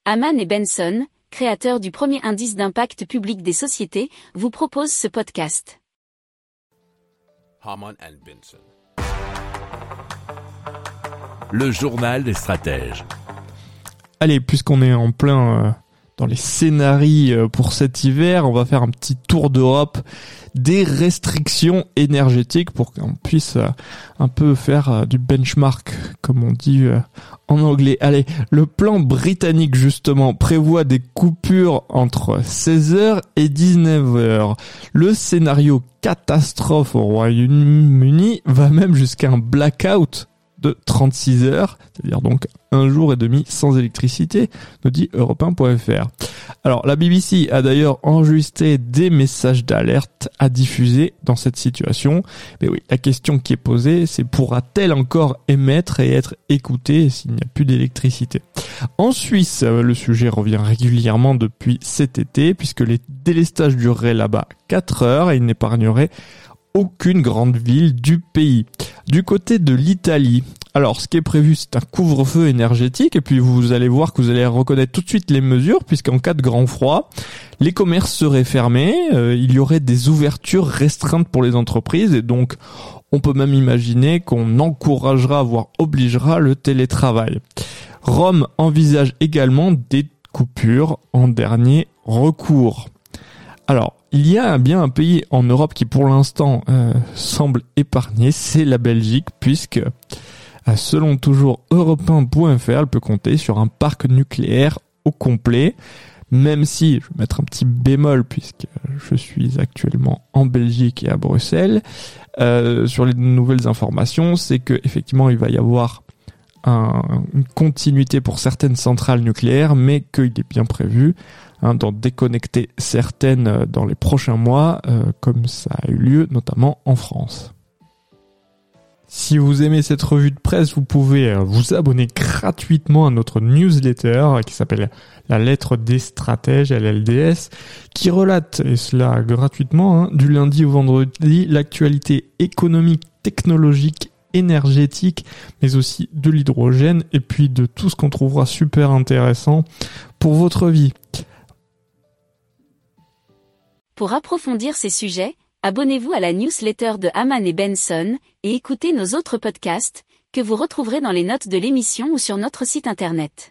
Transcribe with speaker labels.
Speaker 1: Haman et Benson, créateurs du premier indice d'impact public des sociétés, vous proposent ce podcast.
Speaker 2: Haman and Benson. Le journal des stratèges.
Speaker 3: Allez, puisqu'on est en plein dans les scénarios pour cet hiver, on va faire un petit tour d'Europe des restrictions énergétiques pour qu'on puisse un peu faire du benchmark, comme on dit en anglais. Allez, le plan britannique justement prévoit des coupures entre 16h et 19h. Le scénario catastrophe au Royaume-Uni va même jusqu'à un blackout de 36 heures, c'est-à-dire donc un jour et demi sans électricité, nous dit Europe1.fr. Alors, la BBC a d'ailleurs enregistré des messages d'alerte à diffuser dans cette situation. Mais oui, la question qui est posée, c'est pourra-t-elle encore émettre et être écoutée s'il n'y a plus d'électricité ? En Suisse, le sujet revient régulièrement depuis cet été, puisque les délestages dureraient là-bas 4 heures et ils n'épargneraient aucune grande ville du pays. Du côté de l'Italie, alors ce qui est prévu, c'est un couvre-feu énergétique, et puis vous allez voir que vous allez reconnaître tout de suite les mesures, puisqu'en cas de grand froid, les commerces seraient fermés, il y aurait des ouvertures restreintes pour les entreprises, et donc on peut même imaginer qu'on encouragera, voire obligera le télétravail. Rome envisage également des coupures en dernier recours. Alors, il y a bien un pays en Europe qui pour l'instant semble épargné, c'est la Belgique, puisque selon toujours Europe1.fr, elle peut compter sur un parc nucléaire au complet, même si, je vais mettre un petit bémol puisque je suis actuellement en Belgique et à Bruxelles, sur les nouvelles informations, c'est que effectivement il va y avoir une continuité pour certaines centrales nucléaires, mais qu'il est bien prévu d'en déconnecter certaines dans les prochains mois, comme ça a eu lieu notamment en France. Si vous aimez cette revue de presse, vous pouvez vous abonner gratuitement à notre newsletter qui s'appelle La Lettre des Stratèges, LLDS, qui relate, et cela gratuitement, du lundi au vendredi, l'actualité économique, technologique, énergétique, mais aussi de l'hydrogène, et puis de tout ce qu'on trouvera super intéressant pour votre vie.
Speaker 1: Pour approfondir ces sujets, abonnez-vous à la newsletter de Haman et Benson et écoutez nos autres podcasts que vous retrouverez dans les notes de l'émission ou sur notre site internet.